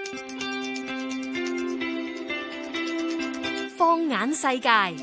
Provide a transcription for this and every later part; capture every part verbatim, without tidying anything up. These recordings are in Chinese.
放眼世界。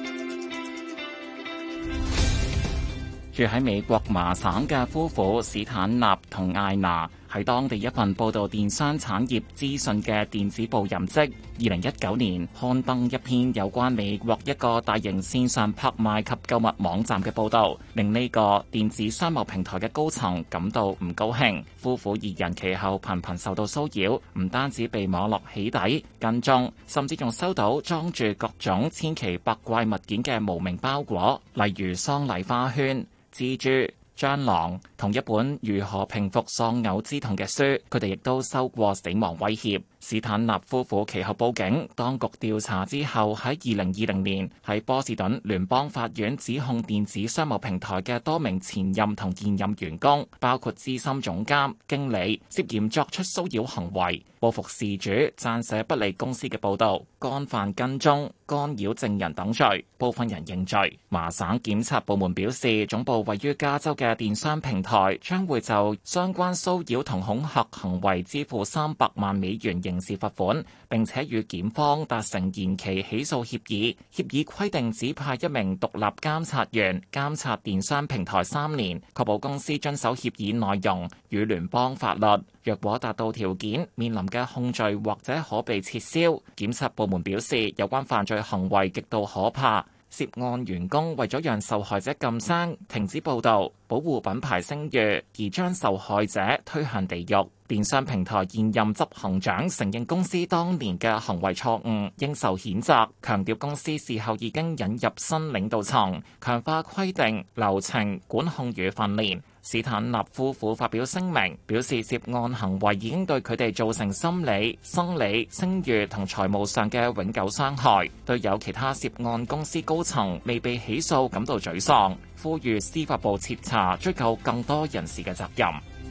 住喺美國麻省嘅夫婦史坦納同艾娜喺當地一份報道電商產業資訊嘅電子報任職。二零一九年刊登一篇有關美國一個大型線上拍賣及購物網站嘅報道，令呢個電子商務平台嘅高層感到唔高興。夫婦二人其後頻頻受到騷擾，唔單止被網絡起底、跟蹤，甚至仲收到裝住各種千奇百怪物件嘅無名包裹，例如喪禮花圈、蜘蛛、蟑螂同一本如何平復喪偶之痛嘅書，佢哋亦都收過死亡威脅。史坦納夫婦其後報警，當局調查之後喺二零二零年喺波士頓聯邦法院指控電子商務平台嘅多名前任同現任員工，包括資深總監、經理，涉嫌作出騷擾行為、報復事主、撰寫不利公司嘅報導、干犯跟蹤、干擾證人等罪，部分人認罪。麻省檢察部門表示，總部位於加州嘅電商平台將會就相關騷擾同恐嚇行為支付三百萬美元刑事罰款，並且與檢方達成延期起訴協議。協議規定指派一名獨立監察員監察電商平台三年，確保公司遵守協議內容與聯邦法律。若果達到條件，面臨嘅控罪或者可被撤銷。檢察部門表示，有關犯罪行為極度可怕。涉案員工為咗讓受害者噤聲、停止報導、保護品牌聲譽，而將受害者推向地獄。電商平台現任執行長承認公司當年嘅行為錯誤，應受譴責，強調公司事後已經引入新領導層，強化規定、流程、管控與訓練。史坦納夫婦發表聲明，表示涉案行為已經對佢哋造成心理、生理、聲譽同財務上嘅永久傷害，對有其他涉案公司高層未被起訴感到沮喪，呼籲司法部徹查，追究更多人士嘅責任。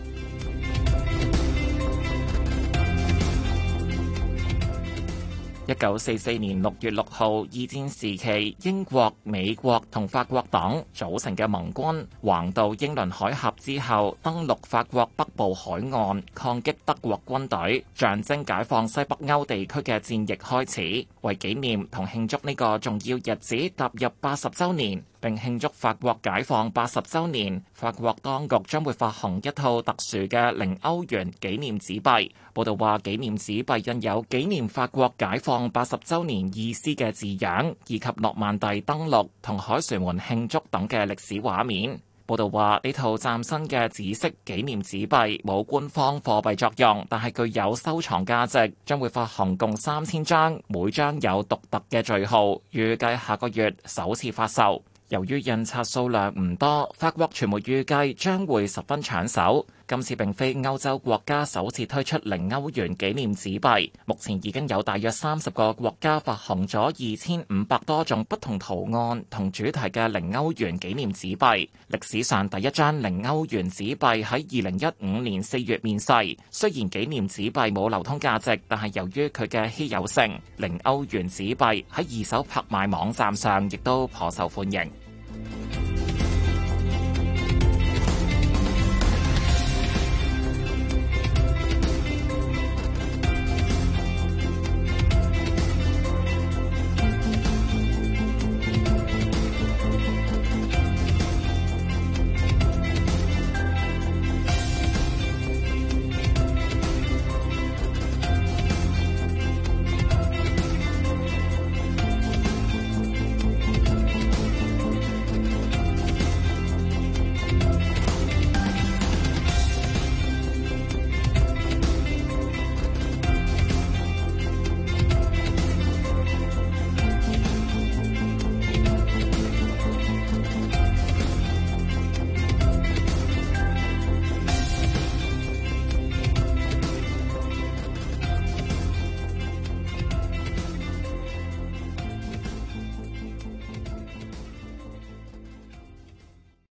一九四四年六月六號，二戰時期，英國、美國同法國等組成嘅盟軍橫渡英倫海峽之後，登陸法國北部海岸，抗擊德國軍隊，象徵解放西北歐地區嘅戰役開始。為紀念同慶祝呢個重要日子踏入八十週年，並慶祝法國解放八十週年，法國當局將會發行一套特殊嘅零歐元紀念紙幣。報道話，紀念紙幣印有紀念法國解放八十週年意思嘅字樣，以及諾曼第登陸同凱旋門慶祝等嘅歷史畫面。報道話，呢套嶄新嘅紫色紀念紙幣冇官方貨幣作用，但係具有收藏價值，將會發行共三千張，每張有獨特嘅序號，預計下個月首次發售。由於印刷數量唔多，法國傳媒預計將會十分搶手。今次並非歐洲國家首次推出零歐元紀念紙幣，目前已經有大約三十個國家發行咗二千五百多種不同圖案同主題嘅零歐元紀念紙幣。歷史上第一張零歐元紙幣喺二零一五年四月面世。雖然紀念紙幣冇流通價值，但係由於佢嘅稀有性，零歐元紙幣喺二手拍賣網站上亦都頗受歡迎。